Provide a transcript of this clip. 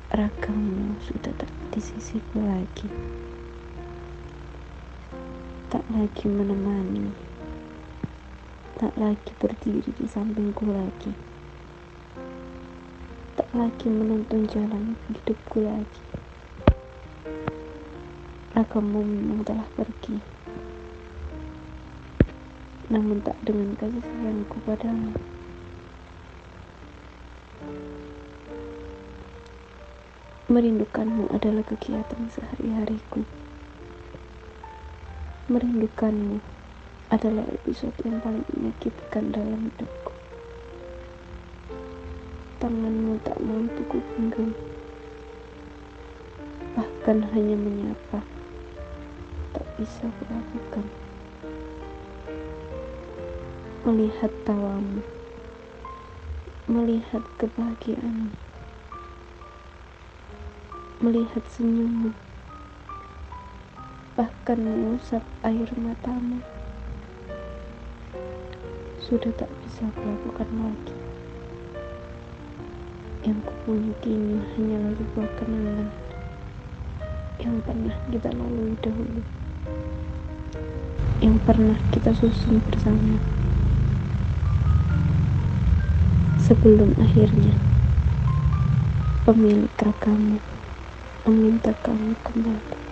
Ragamu sudah tak di sisiku lagi, tak lagi menemani, tak lagi berdiri di sampingku lagi, tak lagi menuntun jalan hidupku lagi. Ragamu memang telah pergi, namun tak dengan kasih sayangku padamu. Merindukanmu adalah kegiatan sehari-hariku. Merindukanmu adalah episode yang paling menyakitkan dalam hidupku. Tanganmu tak mau ku genggam, bahkan hanya menyapa tak bisa kulakukan. Melihat tawamu, melihat kebahagiaanmu, melihat senyummu, bahkan mengusap air matamu, sudah tak bisa kulakukan lagi. Yang kupunya kini hanyalah sebuah kenangan yang pernah kita lalui dahulu, yang pernah kita susun bersama, sebelum akhirnya pemilik ragamu meminta kamu kembali.